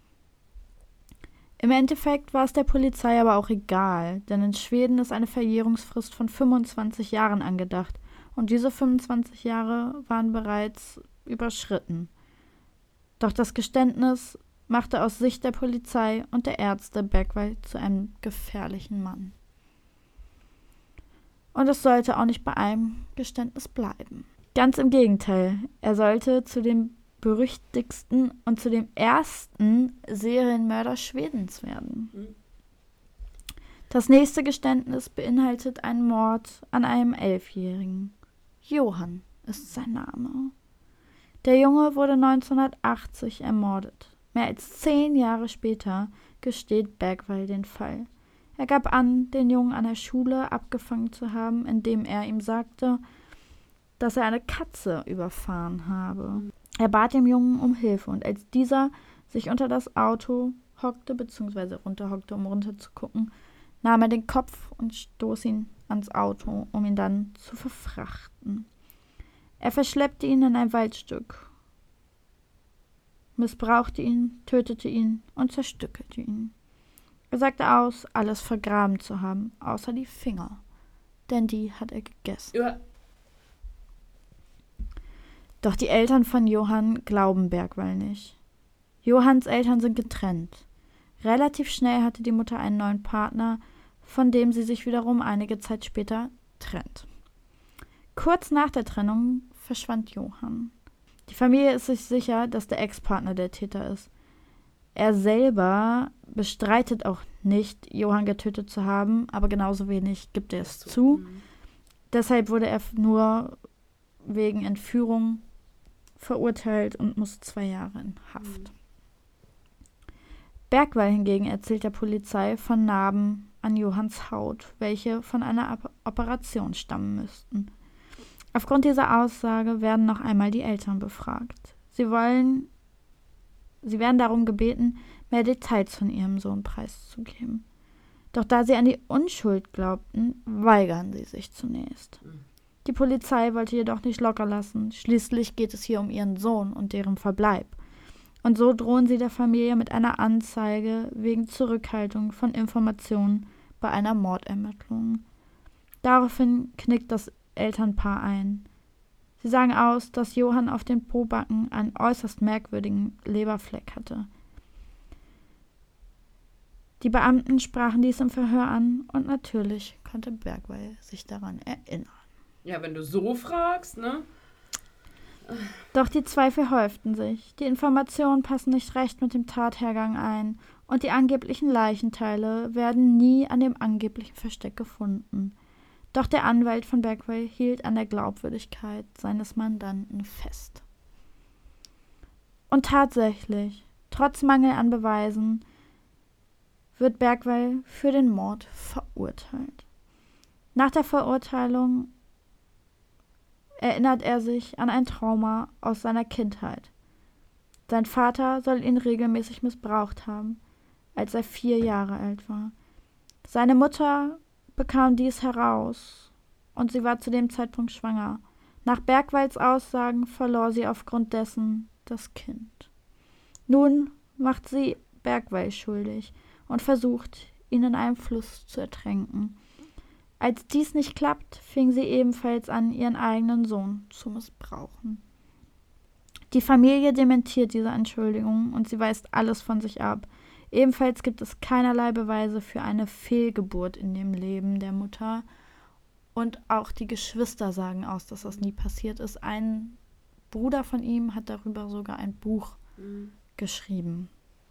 Im Endeffekt war es der Polizei aber auch egal, denn in Schweden ist eine Verjährungsfrist von 25 Jahren angedacht. Und diese 25 Jahre waren bereits überschritten. Doch das Geständnis machte aus Sicht der Polizei und der Ärzte Bergwall zu einem gefährlichen Mann. Und es sollte auch nicht bei einem Geständnis bleiben. Ganz im Gegenteil, er sollte zu dem berüchtigsten und zu dem ersten Serienmörder Schwedens werden. Das nächste Geständnis beinhaltet einen Mord an einem 11-Jährigen. Johann ist sein Name. Der Junge wurde 1980 ermordet. Mehr als 10 Jahre später gesteht Bergwall den Fall. Er gab an, den Jungen an der Schule abgefangen zu haben, indem er ihm sagte, dass er eine Katze überfahren habe. Er bat dem Jungen um Hilfe und als dieser sich unter das Auto hockte, beziehungsweise runterhockte, um runterzugucken, nahm er den Kopf und stoß ihn ans Auto, um ihn dann zu verfrachten. Er verschleppte ihn in ein Waldstück, missbrauchte ihn, tötete ihn und zerstückelte ihn. Er sagte aus, alles vergraben zu haben, außer die Finger, denn die hat er gegessen. Ja. Doch die Eltern von Johann glauben Bergwall nicht. Johanns Eltern sind getrennt. Relativ schnell hatte die Mutter einen neuen Partner, von dem sie sich wiederum einige Zeit später trennt. Kurz nach der Trennung verschwand Johann. Die Familie ist sich sicher, dass der Ex-Partner der Täter ist. Er selber bestreitet auch nicht, Johann getötet zu haben, aber genauso wenig gibt er es zu. Deshalb wurde er nur wegen Entführung verurteilt und muss 2 Jahre in Haft. Bergwall hingegen erzählt der Polizei von Narben an Johanns Haut, welche von einer Operation stammen müssten. Aufgrund dieser Aussage werden noch einmal die Eltern befragt. Sie werden darum gebeten, mehr Details von ihrem Sohn preiszugeben. Doch da sie an die Unschuld glaubten, weigern sie sich zunächst. Die Polizei wollte jedoch nicht locker lassen. Schließlich geht es hier um ihren Sohn und deren Verbleib. Und so drohen sie der Familie mit einer Anzeige wegen Zurückhaltung von Informationen bei einer Mordermittlung. Daraufhin knickt das Elternpaar ein. Sie sagen aus, dass Johann auf den Pobacken einen äußerst merkwürdigen Leberfleck hatte. Die Beamten sprachen dies im Verhör an und natürlich konnte Bergwall sich daran erinnern. Ja, wenn du so fragst, ne? Doch die Zweifel häuften sich. Die Informationen passen nicht recht mit dem Tathergang ein und die angeblichen Leichenteile werden nie an dem angeblichen Versteck gefunden. Doch der Anwalt von Bergwall hielt an der Glaubwürdigkeit seines Mandanten fest. Und tatsächlich, trotz Mangel an Beweisen, wird Bergwall für den Mord verurteilt. Nach der Verurteilung erinnert er sich an ein Trauma aus seiner Kindheit. Sein Vater soll ihn regelmäßig missbraucht haben, als er 4 Jahre alt war. Seine Mutter bekam dies heraus und sie war zu dem Zeitpunkt schwanger. Nach Bergwalls Aussagen verlor sie aufgrund dessen das Kind. Nun macht sie Bergwall schuldig und versucht, ihn in einem Fluss zu ertränken. Als dies nicht klappt, fing sie ebenfalls an, ihren eigenen Sohn zu missbrauchen. Die Familie dementiert diese Anschuldigungen und sie weist alles von sich ab. Ebenfalls gibt es keinerlei Beweise für eine Fehlgeburt in dem Leben der Mutter. Und auch die Geschwister sagen aus, dass das nie passiert ist. Ein Bruder von ihm hat darüber sogar ein Buch geschrieben.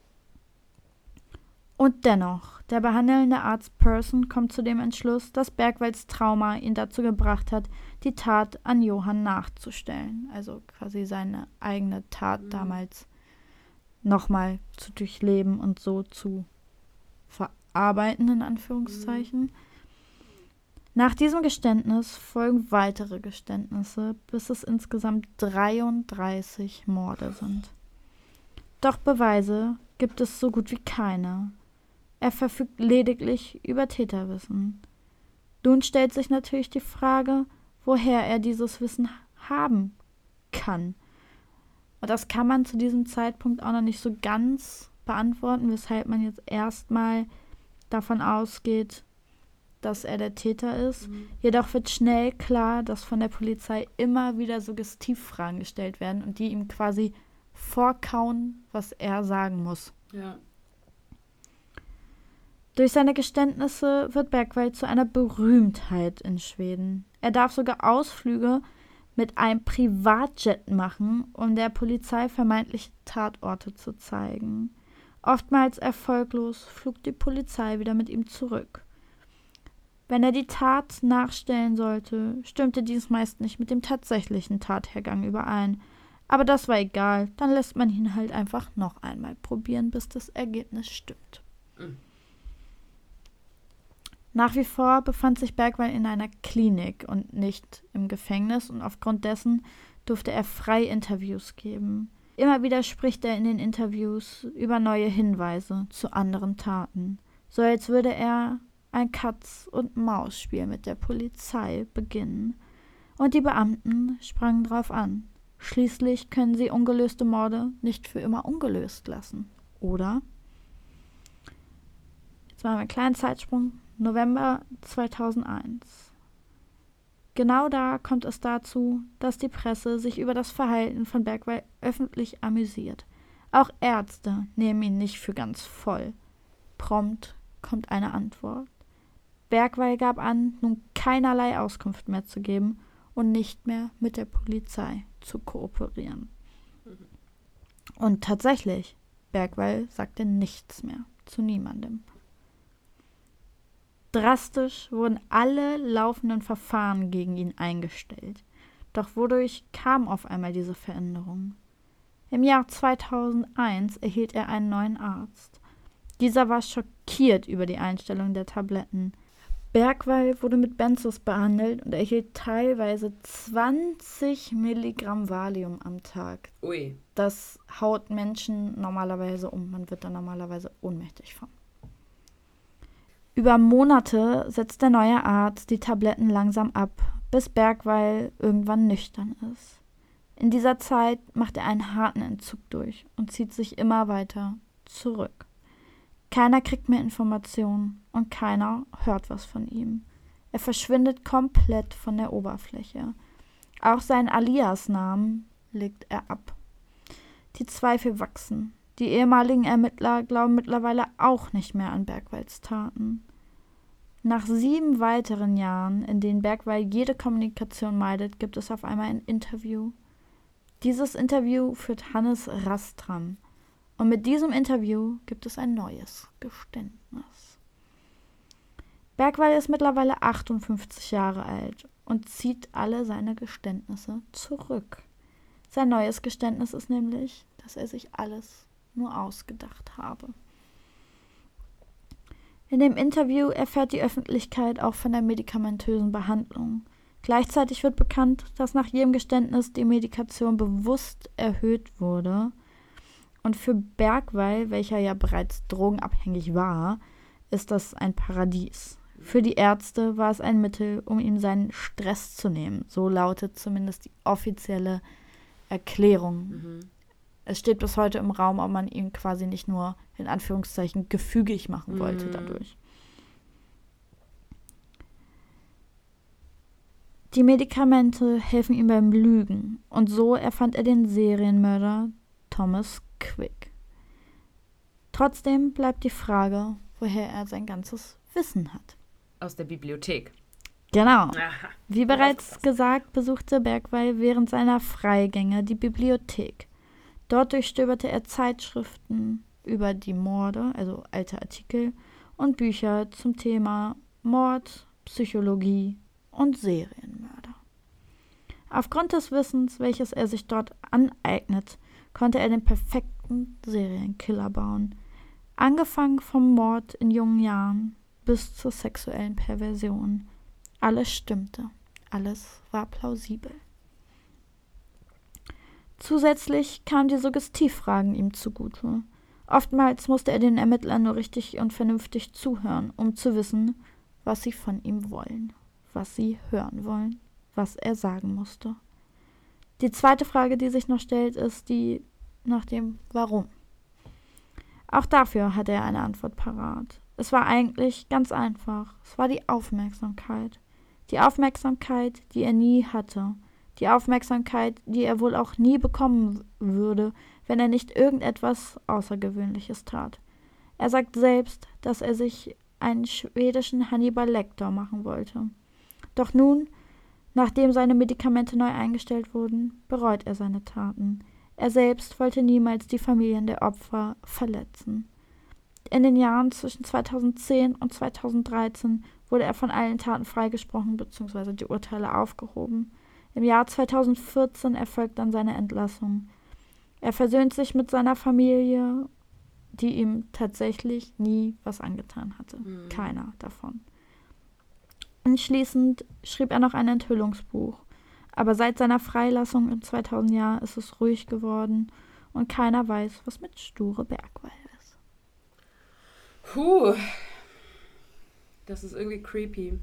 Und dennoch, der behandelnde Arzt Person kommt zu dem Entschluss, dass Bergwalls Trauma ihn dazu gebracht hat, die Tat an Johann nachzustellen. Also quasi seine eigene Tat damals nochmal zu durchleben und so zu verarbeiten, in Anführungszeichen. Nach diesem Geständnis folgen weitere Geständnisse, bis es insgesamt 33 Morde sind. Doch Beweise gibt es so gut wie keine. Er verfügt lediglich über Täterwissen. Nun stellt sich natürlich die Frage, woher er dieses Wissen haben kann. Und das kann man zu diesem Zeitpunkt auch noch nicht so ganz beantworten, weshalb man jetzt erstmal davon ausgeht, dass er der Täter ist. Jedoch wird schnell klar, dass von der Polizei immer wieder Suggestivfragen gestellt werden und die ihm quasi vorkauen, was er sagen muss. Ja. Durch seine Geständnisse wird Bergwall zu einer Berühmtheit in Schweden. Er darf sogar Ausflüge mit einem Privatjet machen, um der Polizei vermeintliche Tatorte zu zeigen. Oftmals erfolglos flog die Polizei wieder mit ihm zurück. Wenn er die Tat nachstellen sollte, stimmte dies meist nicht mit dem tatsächlichen Tathergang überein. Aber das war egal, dann lässt man ihn halt einfach noch einmal probieren, bis das Ergebnis stimmt. Nach wie vor befand sich Bergwall in einer Klinik und nicht im Gefängnis und aufgrund dessen durfte er frei Interviews geben. Immer wieder spricht er in den Interviews über neue Hinweise zu anderen Taten, so als würde er ein Katz-und-Maus-Spiel mit der Polizei beginnen. Und die Beamten sprangen drauf an. Schließlich können sie ungelöste Morde nicht für immer ungelöst lassen, oder? Jetzt machen wir einen kleinen Zeitsprung. November 2001. Genau da kommt es dazu, dass die Presse sich über das Verhalten von Bergwall öffentlich amüsiert. Auch Ärzte nehmen ihn nicht für ganz voll. Prompt kommt eine Antwort. Bergwall gab an, nun keinerlei Auskunft mehr zu geben und nicht mehr mit der Polizei zu kooperieren. Und tatsächlich, Bergwall sagte nichts mehr zu niemandem. Drastisch wurden alle laufenden Verfahren gegen ihn eingestellt. Doch wodurch kam auf einmal diese Veränderung? Im Jahr 2001 erhielt er einen neuen Arzt. Dieser war schockiert über die Einstellung der Tabletten. Bergwall wurde mit Benzos behandelt und erhielt teilweise 20 Milligramm Valium am Tag. Ui. Das haut Menschen normalerweise um. Man wird da normalerweise ohnmächtig von. Über Monate setzt der neue Arzt die Tabletten langsam ab, bis Bergwall irgendwann nüchtern ist. In dieser Zeit macht er einen harten Entzug durch und zieht sich immer weiter zurück. Keiner kriegt mehr Informationen und keiner hört was von ihm. Er verschwindet komplett von der Oberfläche. Auch seinen Alias-Namen legt er ab. Die Zweifel wachsen. Die ehemaligen Ermittler glauben mittlerweile auch nicht mehr an Bergwalls Taten. Nach 7 weiteren Jahren, in denen Bergwall jede Kommunikation meidet, gibt es auf einmal ein Interview. Dieses Interview führt Hannes Rastram. Und mit diesem Interview gibt es ein neues Geständnis. Bergwall ist mittlerweile 58 Jahre alt und zieht alle seine Geständnisse zurück. Sein neues Geständnis ist nämlich, dass er sich alles nur ausgedacht habe. In dem Interview erfährt die Öffentlichkeit auch von der medikamentösen Behandlung. Gleichzeitig wird bekannt, dass nach jedem Geständnis die Medikation bewusst erhöht wurde. Und für Bergwall, welcher ja bereits drogenabhängig war, ist das ein Paradies. Für die Ärzte war es ein Mittel, um ihm seinen Stress zu nehmen. So lautet zumindest die offizielle Erklärung. Mhm. Es steht bis heute im Raum, ob man ihn quasi nicht nur in Anführungszeichen gefügig machen wollte dadurch. Die Medikamente helfen ihm beim Lügen und so erfand er den Serienmörder Thomas Quick. Trotzdem bleibt die Frage, woher er sein ganzes Wissen hat. Aus der Bibliothek. Genau. Aha. Wie bereits gesagt, besuchte Bergwall während seiner Freigänge die Bibliothek. Dort durchstöberte er Zeitschriften über die Morde, also alte Artikel, und Bücher zum Thema Mord, Psychologie und Serienmörder. Aufgrund des Wissens, welches er sich dort aneignet, konnte er den perfekten Serienkiller bauen. Angefangen vom Mord in jungen Jahren bis zur sexuellen Perversion. Alles stimmte. Alles war plausibel. Zusätzlich kamen die Suggestivfragen ihm zugute. Oftmals musste er den Ermittlern nur richtig und vernünftig zuhören, um zu wissen, was sie von ihm wollen, was sie hören wollen, was er sagen musste. Die zweite Frage, die sich noch stellt, ist die nach dem Warum. Auch dafür hatte er eine Antwort parat. Es war eigentlich ganz einfach. Es war die Aufmerksamkeit. Die Aufmerksamkeit, die er nie hatte. Die Aufmerksamkeit, die er wohl auch nie bekommen würde, wenn er nicht irgendetwas Außergewöhnliches tat. Er sagt selbst, dass er sich einen schwedischen Hannibal Lecter machen wollte. Doch nun, nachdem seine Medikamente neu eingestellt wurden, bereut er seine Taten. Er selbst wollte niemals die Familien der Opfer verletzen. In den Jahren zwischen 2010 und 2013 wurde er von allen Taten freigesprochen bzw. die Urteile aufgehoben. Im Jahr 2014 erfolgt dann seine Entlassung. Er versöhnt sich mit seiner Familie, die ihm tatsächlich nie was angetan hatte. Keiner davon. Anschließend schrieb er noch ein Enthüllungsbuch. Aber seit seiner Freilassung im 2000 Jahr ist es ruhig geworden und keiner weiß, was mit Sture Bergwall ist. Puh. Das ist irgendwie creepy.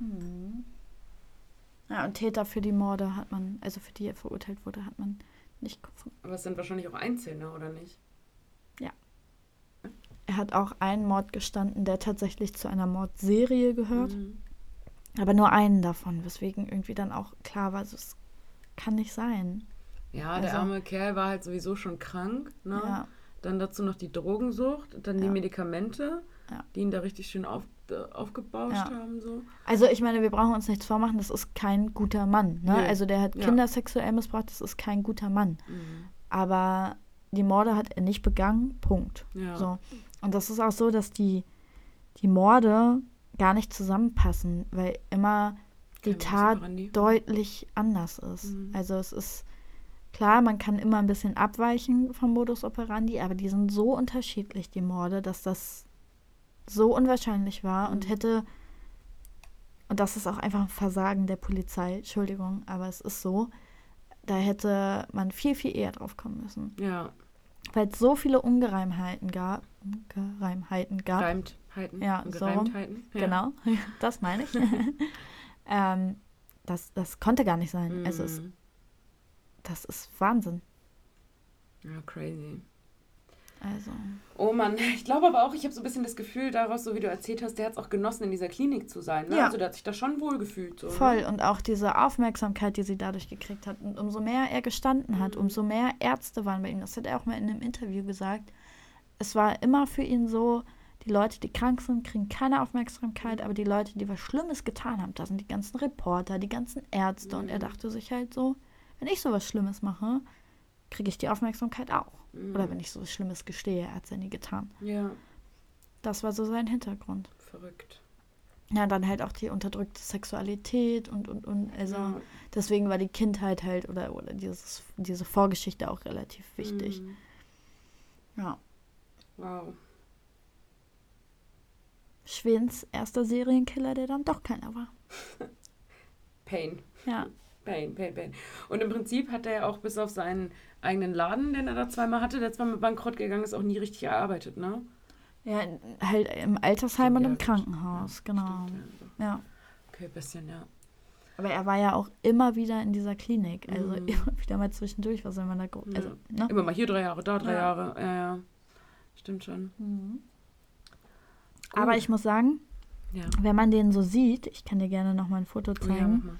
Ja, und Täter für die Morde hat man, also für die er verurteilt wurde, hat man nicht gefunden. Aber es sind wahrscheinlich auch Einzelne, oder nicht? Ja. Er hat auch einen Mord gestanden, der tatsächlich zu einer Mordserie gehört. Aber nur einen davon, weswegen irgendwie dann auch klar war, es kann nicht sein. Ja, der arme Kerl war halt sowieso schon krank, ne? Ja. Dann dazu noch die Drogensucht, dann die Medikamente, die ihn da richtig schön aufgebauscht haben. So. Also ich meine, wir brauchen uns nichts vormachen, das ist kein guter Mann. Ne? Nee. Also der hat Kinder sexuell missbraucht, das ist kein guter Mann. Aber die Morde hat er nicht begangen, Punkt. Ja. So. Und das ist auch so, dass die Morde gar nicht zusammenpassen, weil immer die Tat deutlich anders ist. Also es ist klar, man kann immer ein bisschen abweichen vom Modus operandi, aber die sind so unterschiedlich, die Morde, dass das so unwahrscheinlich war und hätte, und das ist auch einfach ein Versagen der Polizei, Entschuldigung, aber es ist so, da hätte man viel, viel eher drauf kommen müssen. Ja. Weil es so viele Ungereimtheiten gab. Gereimtheiten. Ja, und so rum. Gereimtheiten. Ja. Genau, das meine ich. Das konnte gar nicht sein. Also das ist Wahnsinn. Ja, crazy. Also. Oh Mann, ich glaube aber auch, ich habe so ein bisschen das Gefühl daraus, so wie du erzählt hast, der hat es auch genossen, in dieser Klinik zu sein. Ne? Ja. Also der hat sich da schon wohl gefühlt. So, Voll. Ne? Und auch diese Aufmerksamkeit, die sie dadurch gekriegt hat. Und umso mehr er gestanden hat, umso mehr Ärzte waren bei ihm. Das hat er auch mal in einem Interview gesagt. Es war immer für ihn so, die Leute, die krank sind, kriegen keine Aufmerksamkeit, aber die Leute, die was Schlimmes getan haben, das sind die ganzen Reporter, die ganzen Ärzte. Und er dachte sich halt so, wenn ich sowas Schlimmes mache, kriege ich die Aufmerksamkeit auch. Oder wenn ich sowas Schlimmes gestehe, er hat es ja nie getan. Ja. Das war so sein Hintergrund. Verrückt. Ja, dann halt auch die unterdrückte Sexualität und also deswegen war die Kindheit halt oder diese Vorgeschichte auch relativ wichtig. Ja. Wow. Schwedens erster Serienkiller, der dann doch keiner war. Pain. Ja. Pain. Und im Prinzip hat er ja auch bis auf seinen eigenen Laden, den er da zweimal hatte, der zweimal bankrott gegangen ist, auch nie richtig erarbeitet, ne? Ja, halt im Altersheim und Ja, im gut. Krankenhaus, genau. Stimmt, Ja. Okay, bisschen, ja. Aber er war ja auch immer wieder in dieser Klinik. Also immer wieder mal zwischendurch, was soll man da... Also, ne? Immer mal hier 3 Jahre, da 3 Ja. Jahre. Ja. Stimmt schon. Aber Gut. ich muss sagen, Ja. wenn man den so sieht, ich kann dir gerne noch mal ein Foto Ja, zeigen, mach mal.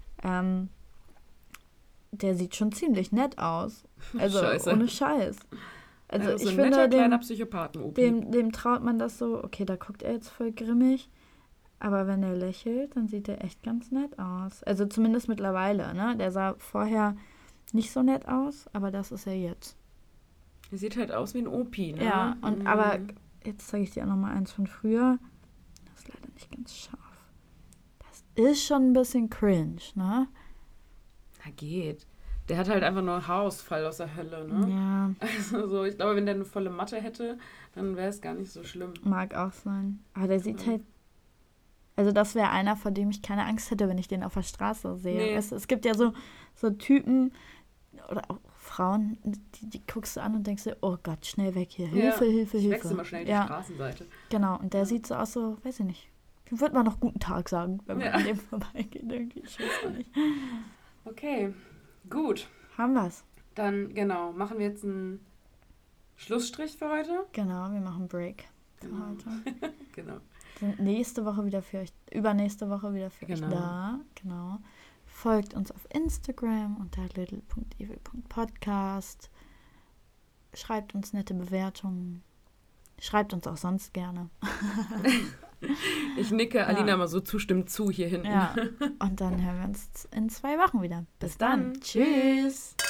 der sieht schon ziemlich nett aus. Also Scheiße. ohne Scheiß. Also Ja, so ich ein finde, netter kleiner Psychopathen-Opi. dem traut man das so, okay, da guckt er jetzt voll grimmig, aber wenn er lächelt, dann sieht er echt ganz nett aus. Also zumindest mittlerweile, ne? Der sah vorher nicht so nett aus, aber das ist er jetzt. Er sieht halt aus wie ein Opi, ne? Ja, und aber jetzt zeige ich dir auch noch mal eins von früher. Das ist leider nicht ganz scharf. Das ist schon ein bisschen cringe, ne? Na, geht. Der hat halt einfach nur einen Haarausfall aus der Hölle, ne? Ja, Also so, ich glaube, wenn der eine volle Matte hätte, dann wäre es gar nicht so schlimm. mag auch sein. Aber der sieht halt... Also das wäre einer, vor dem ich keine Angst hätte, wenn ich den auf der Straße sehe. Nee. Weißt du, es gibt ja so Typen oder auch Frauen, die guckst du an und denkst dir, oh Gott, schnell weg hier. Hilfe, Hilfe, Ich Hilfe. wechsle mal schnell die Ja, Straßenseite. genau. Und der sieht so aus, so, weiß ich nicht. Ich würde mal noch guten Tag sagen, wenn man Ja. an dem vorbeigeht irgendwie. Ich weiß auch nicht. Okay, gut. Haben wir's. Dann, genau, machen wir jetzt einen Schlussstrich für heute. Genau, wir machen Break für Genau. heute. Genau. Sind nächste Woche wieder für euch, übernächste Woche wieder für euch Genau. da. Genau. Folgt uns auf Instagram unter little.evil.podcast. Schreibt uns nette Bewertungen. Schreibt uns auch sonst gerne. Ich nicke Alina mal so zustimmend zu hier hinten. Ja. Und dann hören wir uns in 2 Wochen wieder. Bis dann. Tschüss.